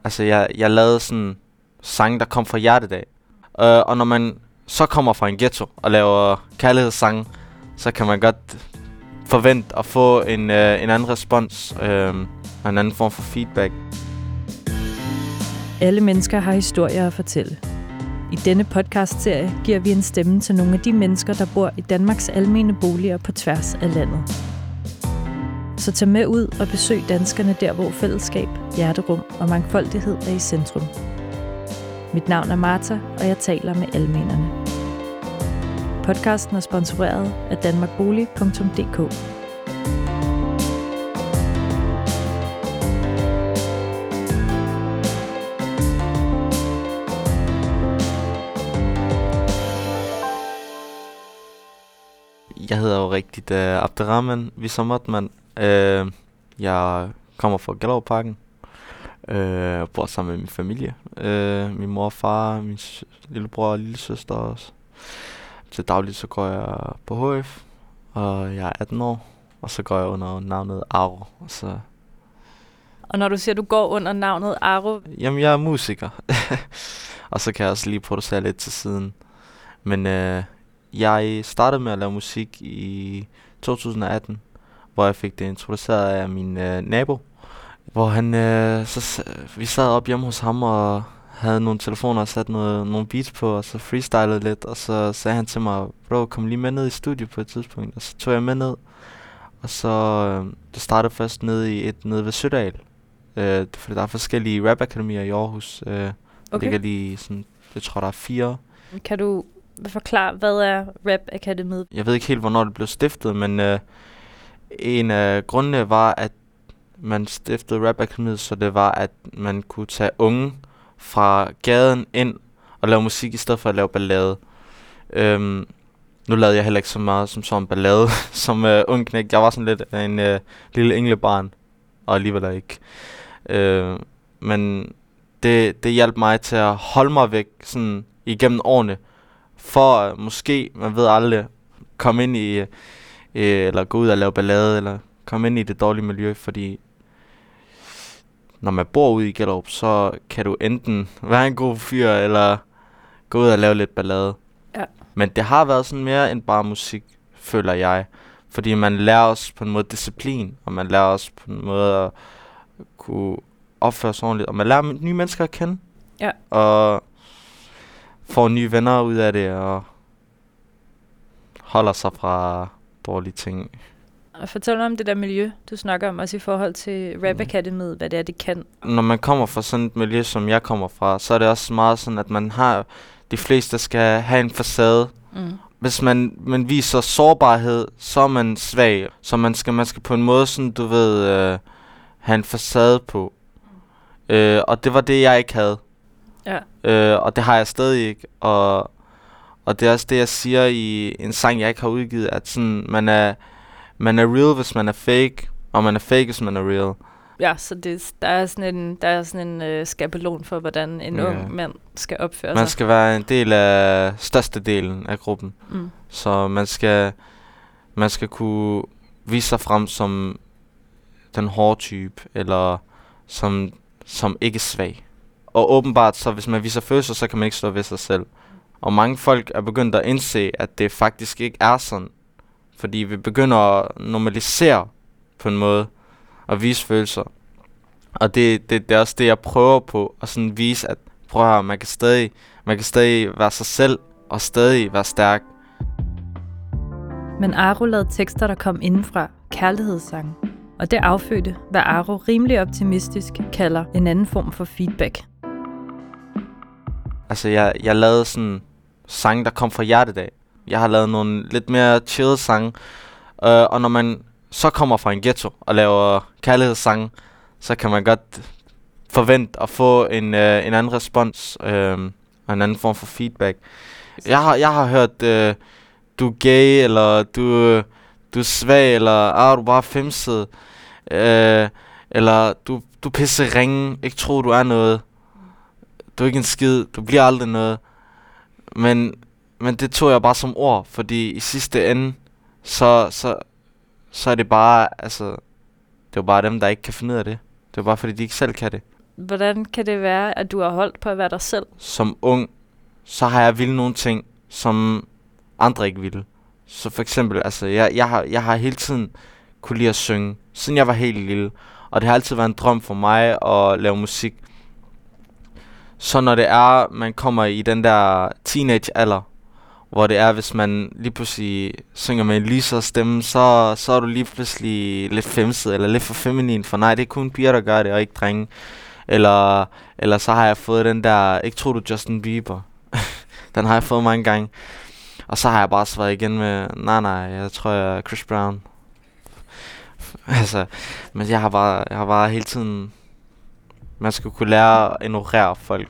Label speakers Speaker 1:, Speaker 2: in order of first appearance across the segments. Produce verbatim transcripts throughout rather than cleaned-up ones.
Speaker 1: Altså, jeg, jeg lavede sådan sange, der kom fra hjertet af. Uh, og når man så kommer fra en ghetto og laver kærlighedssange, så kan man godt forvente at få en, uh, en anden respons uh, og en anden form for feedback.
Speaker 2: Alle mennesker har historier at fortælle. I denne podcastserie giver vi en stemme til nogle af de mennesker, der bor i Danmarks almene boliger på tværs af landet. Så tag med ud og besøg danskerne der, hvor fællesskab, hjerterum og mangfoldighed er i centrum. Mit navn er Martha, og jeg taler med almenerne. Podcasten er sponsoreret af danmarkbolig punktum d k.
Speaker 1: Jeg hedder jo rigtigt uh, Abderrahman Visamotman. Uh, jeg kommer fra Gellerupparken. Uh, bor sammen med min familie. Uh, min mor og far, min s- lillebror og lille søster også. Til dagligt så går jeg på H F, og jeg er atten år. Og så går jeg under navnet Aro. Og så
Speaker 2: Og når du siger, du går under navnet Aro,
Speaker 1: Jamen, jeg er musiker. Og så kan jeg også lige producere lidt til siden. Men øh, jeg startede med at lave musik i to tusind og atten, hvor jeg fik det introduceret af min øh, nabo. Hvor han, øh, så, s- vi sad op hjemme hos ham og havde nogle telefoner og satte noget, nogle beats på, og så freestylede lidt. Og så sagde han til mig, bro, kom lige med ned i studiet på et tidspunkt. Og så tog jeg med ned. Og så øh, det startede først nede i et nede ved Sødal. Øh, fordi der er forskellige rap-akademier i Aarhus. Øh, okay.
Speaker 2: Okay.
Speaker 1: Ligger lige sådan, jeg tror der er fire.
Speaker 2: kan du forklare, hvad er Rap Akademiet?
Speaker 1: Jeg ved ikke helt, hvornår det blev stiftet, men øh, en af grundene var, at man stiftede Rap Akademiet, så det var, at man kunne tage unge fra gaden ind og lave musik, i stedet for at lave ballade. Øhm, nu lavede jeg heller ikke så meget som sådan ballade, som øh, ung knægt. Jeg var sådan lidt af en øh, lille englebarn, og alligevel ikke. Øh, men det, det hjalp mig til at holde mig væk sådan igennem årene, for øh, måske, man ved aldrig, komme ind i, øh, eller gå ud og lave ballade, eller komme ind i det dårlige miljø, fordi når man bor ude i Gellerup, så kan du enten være en god fyr, eller gå ud og lave lidt ballade.
Speaker 2: Ja.
Speaker 1: Men det har været sådan mere end bare musik, føler jeg. Fordi man lærer os på en måde disciplin, og man lærer os på en måde at kunne opføre sig ordentligt, og man lærer nye mennesker at kende.
Speaker 2: Ja.
Speaker 1: Og får nye venner ud af det, og holder sig fra dårlige ting.
Speaker 2: Og fortæl mig om det der miljø, du snakker om, også i forhold til Rap Akademiet, hvad det er, det kan.
Speaker 1: Når man kommer fra sådan et miljø, som jeg kommer fra, så er det også meget sådan, at man har, de fleste skal have en facade.
Speaker 2: Mm.
Speaker 1: Hvis man, man viser sårbarhed, så er man svag. Så man skal, man skal på en måde sådan, du ved, øh, have en facade på. Øh, og det var det, jeg ikke havde.
Speaker 2: Ja.
Speaker 1: Øh, og det har jeg stadig ikke. Og, og det er også det, jeg siger i en sang, jeg ikke har udgivet, at sådan, man er, man er real, hvis man er fake, og man er fake, hvis man er real.
Speaker 2: Ja, så det, der er sådan en, der er sådan en øh, skabelon for, hvordan en
Speaker 1: Ja.
Speaker 2: ung mand skal opføre
Speaker 1: Man
Speaker 2: sig.
Speaker 1: skal være en del af størstedelen af gruppen.
Speaker 2: Mm.
Speaker 1: Så man skal, man skal kunne vise sig frem som den hårde type, eller som, som ikke svag. Og åbenbart, så hvis man viser følelser, så kan man ikke stå ved sig selv. Og mange folk er begyndt at indse, at det faktisk ikke er sådan. Fordi vi begynder at normalisere på en måde, at vise følelser. Og det, det, det er også det, jeg prøver på, at sådan vise, at prøv at høre, man kan stadig, man kan stadig være sig selv, og stadig være stærk.
Speaker 2: Men Aro lavede tekster, der kom indenfra, kærlighedssange. Og det affødte, hvad Aro rimelig optimistisk kalder en anden form for feedback.
Speaker 1: Altså, jeg, jeg lavede sådan sange, der kom fra hjertet af. Jeg har lavet nogle lidt mere chill sange. Uh, og når man så kommer fra en ghetto og laver kærlighedssange, så kan man godt forvente at få en, uh, en anden respons uh, og en anden form for feedback. Jeg har, jeg har hørt, uh, du er gay, eller du, du er svag, eller ah, du er bare femset, uh, eller du, du er pisse ringe, ikke tro, du er noget. Du er ikke en skid, du bliver aldrig noget. Men, men det tog jeg bare som ord, fordi i sidste ende, så, så, så er det bare, altså, det er jo bare dem, der ikke kan finde ud af det. Det er bare fordi, de ikke selv kan det.
Speaker 2: hvordan kan det være, at du har holdt på at være dig selv?
Speaker 1: Som ung, så har jeg ville nogle ting, som andre ikke ville. Så for eksempel, altså, jeg, jeg, har, jeg har hele tiden kunne lide at synge, siden jeg var helt lille. Og det har altid været en drøm for mig at lave musik. Så når det er, man kommer i den der teenage-alder, hvor det er, hvis man lige pludselig synger med en lysere stemme, så, så er du lige pludselig lidt femset, eller lidt for feminin, for nej, det er kun piger, der gør det, og ikke drenge. Eller, eller så har jeg fået den der, ikke tror du Justin Bieber? Den har jeg fået mange gange. Og så har jeg bare svaret igen med, nej nej, jeg tror jeg er Chris Brown. Altså, men jeg har bare, jeg har bare hele tiden, man skal kunne lære at ignorere folk.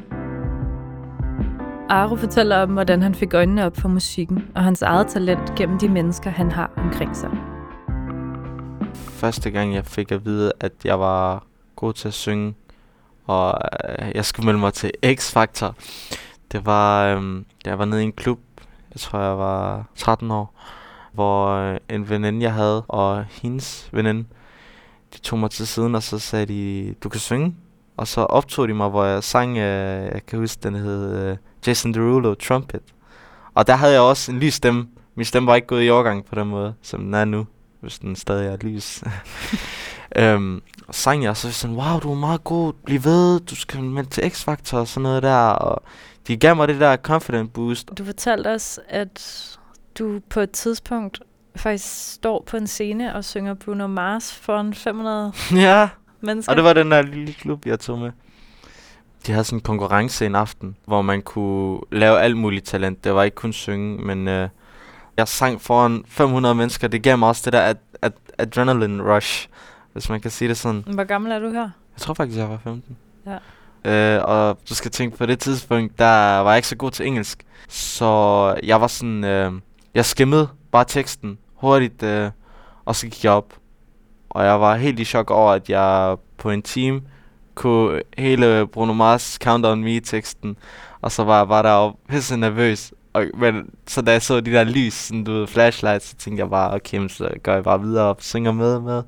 Speaker 2: Aro fortæller om, hvordan han fik øjnene op for musikken, og hans eget talent gennem de mennesker, han har omkring sig.
Speaker 1: Første gang jeg fik at vide, at jeg var god til at synge, og øh, jeg skulle melde mig til X-Factor, det var, øh, jeg var nede i en klub, jeg tror jeg var tretten år, hvor øh, en veninde jeg havde, og hendes veninde, de tog mig til siden, og så sagde de, du kan synge. Og så optog de mig, hvor jeg sang, øh, jeg kan huske, den hed øh, Jason Derulo, Trumpet. Og der havde jeg også en lys stemme. Min stemme var ikke gået i overgang på den måde, som den er nu, hvis den stadig er lys. øhm, og sang jeg, og så sådan, wow, du er meget god, bliv ved, du skal melde til X-Factor og sådan noget der. Og de gav mig det der confident boost.
Speaker 2: Du fortalte os, at du på et tidspunkt faktisk står på en scene og synger Bruno Mars foran fem hundrede
Speaker 1: ja,
Speaker 2: mennesker.
Speaker 1: Og det var den der lille klub, jeg tog med. De havde sådan en konkurrence en aften, hvor man kunne lave alt muligt talent. Det var ikke kun synge, men øh, jeg sang foran fem hundrede mennesker. Det gav mig også det der ad- ad- adrenaline rush, hvis man kan sige det sådan.
Speaker 2: Hvor gammel er du her?
Speaker 1: Jeg tror faktisk, jeg var femten.
Speaker 2: Ja.
Speaker 1: Øh, og du skal tænke, på det tidspunkt, der var jeg ikke så god til engelsk. Så jeg var sådan, øh, jeg skimmede bare teksten hurtigt, øh, og så gik jeg op. Og jeg var helt i chok over, at jeg på en time kunne hele Bruno Mars Count On Me-teksten. Og så var jeg bare deroppe pisse nervøs. Og, men så da jeg så de der lys, sådan, du ved, flashlights, så tænkte jeg bare, okay, så går jeg bare videre og synger med med.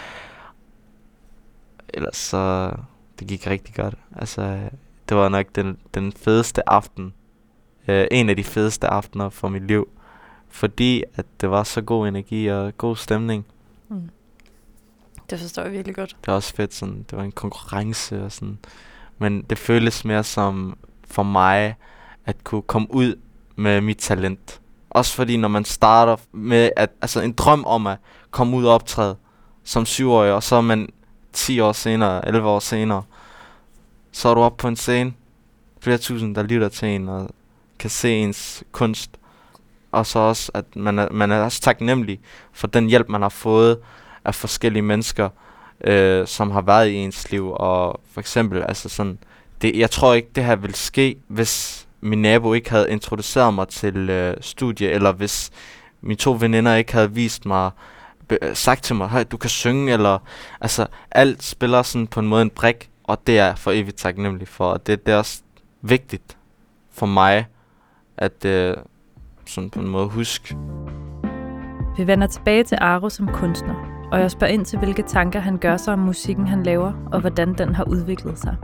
Speaker 1: Ellers så, det gik rigtig godt. Altså, det var nok den, den fedeste aften. Øh, en af de fedeste aftener for mit liv. Fordi at det var så god energi og god stemning.
Speaker 2: Mm. Det forstår jeg virkelig godt.
Speaker 1: Det var også fedt, sådan, det var en konkurrence og sådan. Men det føles mere som for mig at kunne komme ud med mit talent. Også fordi når man starter med at, altså en drøm om at komme ud og optræde som syvårig, og så er man ti år senere, elleve år senere, så er du oppe på en scene, flere tusind der lytter til en og kan se ens kunst. Og så også at man er, man er også taknemmelig for den hjælp man har fået af forskellige mennesker, øh, som har været i ens liv. Og for eksempel, altså sådan, det, jeg tror ikke, det her ville ske, hvis min nabo ikke havde introduceret mig til øh, studie, eller hvis mine to veninder ikke havde vist mig, be, sagt til mig, hey, du kan synge, eller, altså, alt spiller sådan på en måde en brik, og det er jeg for evigt taknemmelig for, og det, det er også vigtigt for mig, at øh, sådan på en måde huske.
Speaker 2: Vi vender tilbage til Aro som kunstner, og jeg spørger ind til, hvilke tanker han gør sig om musikken, han laver, og hvordan den har udviklet sig.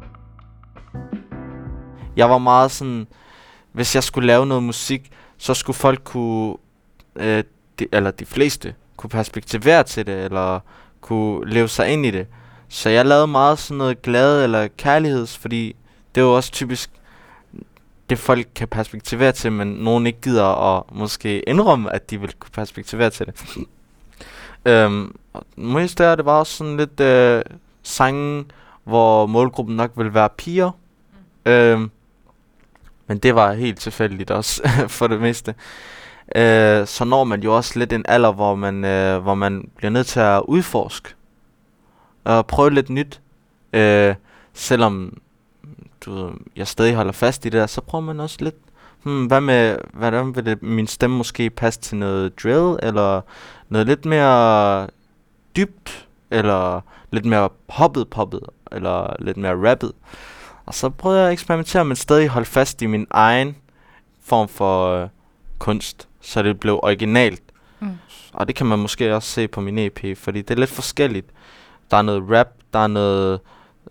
Speaker 1: Jeg var meget sådan, hvis jeg skulle lave noget musik, så skulle folk kunne, øh, de, eller de fleste, kunne perspektivere til det, eller kunne leve sig ind i det. Så jeg lavede meget sådan noget glad eller kærligheds, fordi det er jo også typisk det folk kan perspektivere til, men nogen ikke gider at måske indrømme, at de vil kunne perspektivere til det. øhm, mest der, det var også sådan lidt øh, sange, hvor målgruppen nok ville være piger. Mm. Øhm, men det var helt tilfældigt også, for det meste. Øh, så når man jo også lidt en alder, hvor man, øh, hvor man bliver nødt til at udforske. Og prøve lidt nyt. Øh, selvom du ved, jeg stadig holder fast i det der, så prøver man også lidt, hmm, hvad med, hvordan vil det, min stemme måske passe til noget drill, eller noget lidt mere dybt, eller lidt mere poppet poppet, eller lidt mere rappet. Og så prøvede jeg at eksperimentere, men stadig holde fast i min egen form for øh, kunst, så det blev originalt. Mm. Og det kan man måske også se på min E P, fordi det er lidt forskelligt. Der er noget rap, der er noget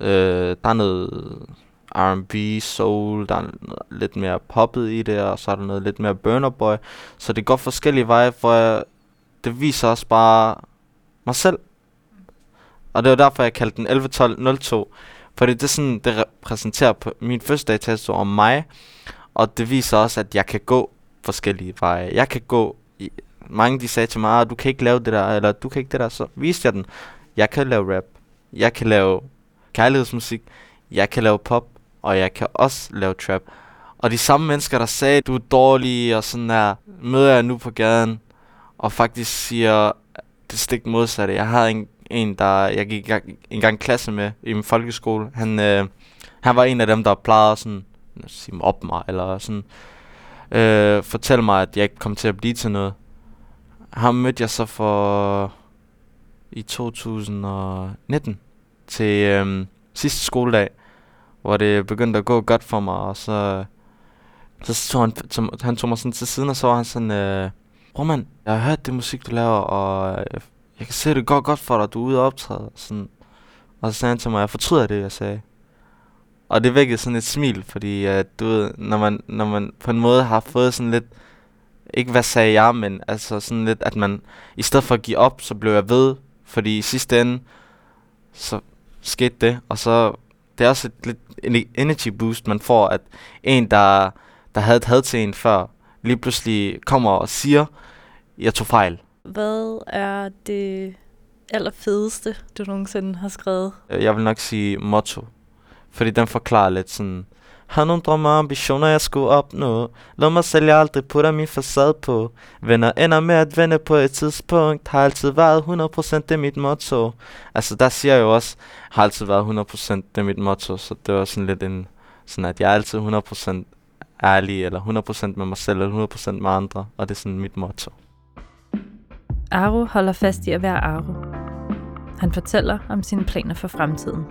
Speaker 1: Øh, der er noget R and B, soul, der er noget lidt mere poppet i det, og så er der noget lidt mere Burna Boy. Så det går forskellige veje, hvor jeg, det viser også bare mig selv. Og det var derfor, jeg kaldte den elleve tolv nul to. Fordi det, er sådan, det repræsenterer på min første dag om mig, og det viser også, at jeg kan gå forskellige veje. Jeg kan gå, i, mange de sagde til mig, ah, du kan ikke lave det der, eller du kan ikke det der, så viste jeg den. Jeg kan lave rap, jeg kan lave kærlighedsmusik, jeg kan lave pop, og jeg kan også lave trap. Og de samme mennesker, der sagde, du er dårlig og sådan der, møder jeg nu på gaden, og faktisk siger det stik modsatte. Jeg havde en, en der jeg gik en gang klasse med i min folkeskole. Han, øh, han var en af dem, der plejede sådan, at sige op mig, eller sådan, øh, fortælle mig, at jeg ikke kom til at blive til noget. Ham mødte jeg så for i to tusind nitten til øh, sidste skoledag, hvor det begyndte at gå godt for mig, og så, så tog han, som, han tog mig sådan til siden, og så var han sådan, øh, bror mand, jeg har hørt det musik, du laver, og jeg, jeg kan se, at det går godt for dig, du er ude og optræde, sådan. Og så sagde han til mig, jeg fortryder det, jeg sagde. Og det vækkede sådan et smil, fordi uh, du ved, når man, når man på en måde har fået sådan lidt, ikke hvad sagde jeg, men altså sådan lidt, at man, i stedet for at give op, så blev jeg ved, fordi i sidste ende, så skete det, og så, det er også et lidt energy boost, man får, at en, der, der havde et had til en før, lige pludselig kommer og siger, jeg tog fejl.
Speaker 2: Hvad er det allerfedeste, du nogensinde har skrevet?
Speaker 1: Jeg vil nok sige motto, fordi den forklarer lidt sådan, har nogle drømme og ambitioner, jeg skulle opnå. Lad mig selv, jeg aldrig putter min facade på. Venner ender med at vende på et tidspunkt. Har altid været hundrede procent, det er mit motto. Altså der siger jeg jo også, har altid været hundrede procent, det er mit motto. Så det var sådan lidt en, sådan at jeg er altid hundrede procent ærlig, eller hundrede procent med mig selv, eller hundrede procent med andre. Og det er sådan mit motto.
Speaker 2: Aro holder fast i at være Aro. Han fortæller om sine planer for fremtiden.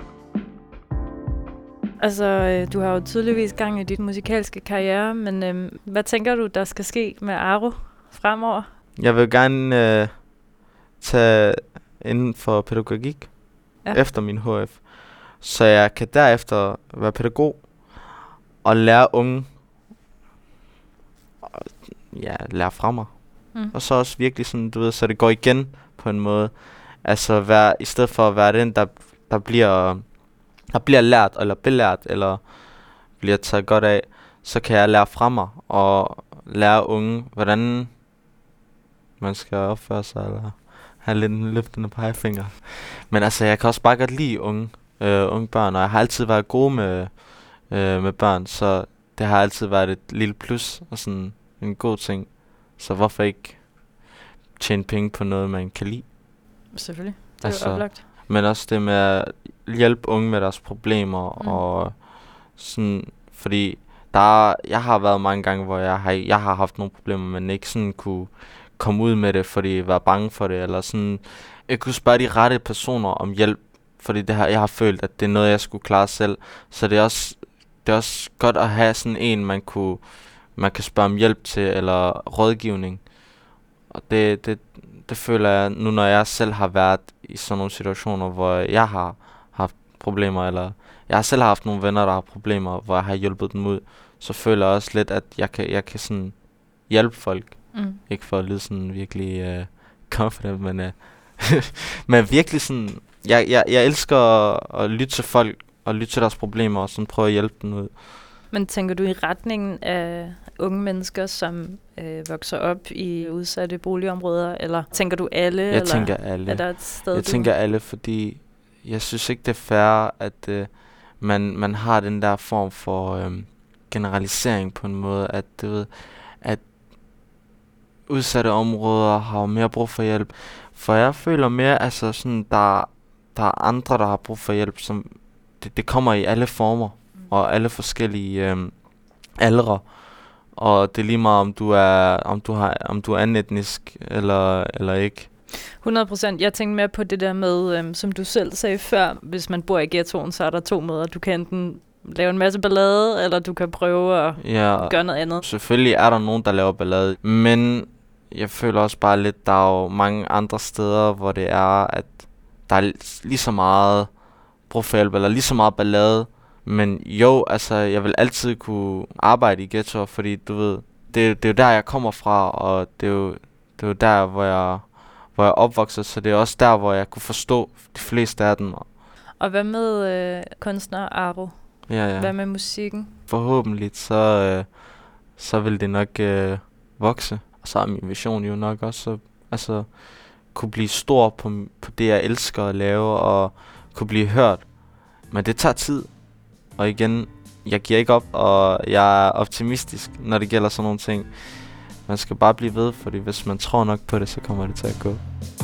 Speaker 2: Altså, du har jo tydeligvis gang i dit musikalske karriere, men øhm, hvad tænker du, der skal ske med Aro fremover?
Speaker 1: Jeg vil gerne øh, tage inden for pædagogik ja. efter min H F, så jeg kan derefter være pædagog og lære unge, og, ja, lære fra mig. Mm. Og så også virkelig sådan, du ved, så det går igen på en måde. Altså, være, i stedet for at være den, der, der bliver... der bliver lært, eller belært, eller bliver taget godt af, så kan jeg lære fra mig, og lære unge, hvordan man skal opføre sig, eller have lidt en løftende pegefinger. Men altså, jeg kan også bare godt lide unge, øh, unge børn, og jeg har altid været god med, øh, med børn, så det har altid været et lille plus, og sådan en god ting. Så hvorfor ikke tjene penge på noget, man kan lide?
Speaker 2: Selvfølgelig, det er
Speaker 1: altså,
Speaker 2: jo oplagt.
Speaker 1: Men også det med at hjælpe unge med deres problemer, mm. og sådan, fordi der er, jeg har været mange gange, hvor jeg har, jeg har haft nogle problemer, men ikke sådan kunne komme ud med det, fordi jeg var bange for det, eller sådan, jeg kunne spørge de rette personer om hjælp, fordi det her, jeg har følt, at det er noget, jeg skulle klare selv, så det er også, det er også godt at have sådan en, man kunne, man kan spørge om hjælp til, eller rådgivning, og det, det, det føler jeg, nu når jeg selv har været i sådan nogle situationer, hvor jeg har haft problemer, eller jeg har selv haft nogle venner, der har problemer, hvor jeg har hjulpet dem ud, så føler jeg også lidt, at jeg kan, jeg kan sådan hjælpe folk. Mm. Ikke for at lyde sådan virkelig uh, confident, men, uh, men virkelig sådan, jeg, jeg, jeg elsker at, at lytte til folk, og lytte til deres problemer, og sådan prøve at hjælpe dem ud.
Speaker 2: Men tænker du i retningen af unge mennesker, som øh, vokser op i udsatte boligområder, eller tænker du alle?
Speaker 1: Jeg
Speaker 2: eller
Speaker 1: tænker alle.
Speaker 2: Er der et sted,
Speaker 1: jeg
Speaker 2: du...
Speaker 1: tænker alle, fordi jeg synes ikke, det er fair, at øh, man, man har den der form for øh, generalisering på en måde, at du ved, at udsatte områder har mere brug for hjælp. For jeg føler mere, altså sådan, der, der er andre, der har brug for hjælp, som det, det kommer i alle former. Og alle forskellige øh, aldre, og det er lige meget om du er om du har om du er anden etnisk eller eller ikke.
Speaker 2: hundrede procent. Jeg tænkte mere på det der med, øhm, som du selv sagde før, hvis man bor i ghettoen, så er der to måder. Du kan enten lave en masse ballade, eller du kan prøve at ja, gøre noget andet.
Speaker 1: Selvfølgelig er der nogen, der laver ballade, men jeg føler også bare lidt, der er jo mange andre steder, hvor det er, at der er lige så meget brug for hjælp, eller lige så meget ballade. Men jo, altså, jeg vil altid kunne arbejde i ghettoer, fordi du ved, det, det er jo der, jeg kommer fra, og det er jo, det er jo der, hvor jeg, hvor jeg er opvokset, så det er også der, hvor jeg kunne forstå de fleste af dem.
Speaker 2: Og hvad med øh, kunstner Aro?
Speaker 1: Ja, ja.
Speaker 2: Hvad med musikken?
Speaker 1: Forhåbentlig, så, øh, så vil det nok øh, vokse. Og så er min vision jo nok også at altså, kunne blive stor på, på det, jeg elsker at lave, og kunne blive hørt. Men det tager tid. Og igen, jeg giver ikke op, og jeg er optimistisk, når det gælder sådan nogle ting. Man skal bare blive ved, fordi hvis man tror nok på det, så kommer det til at gå.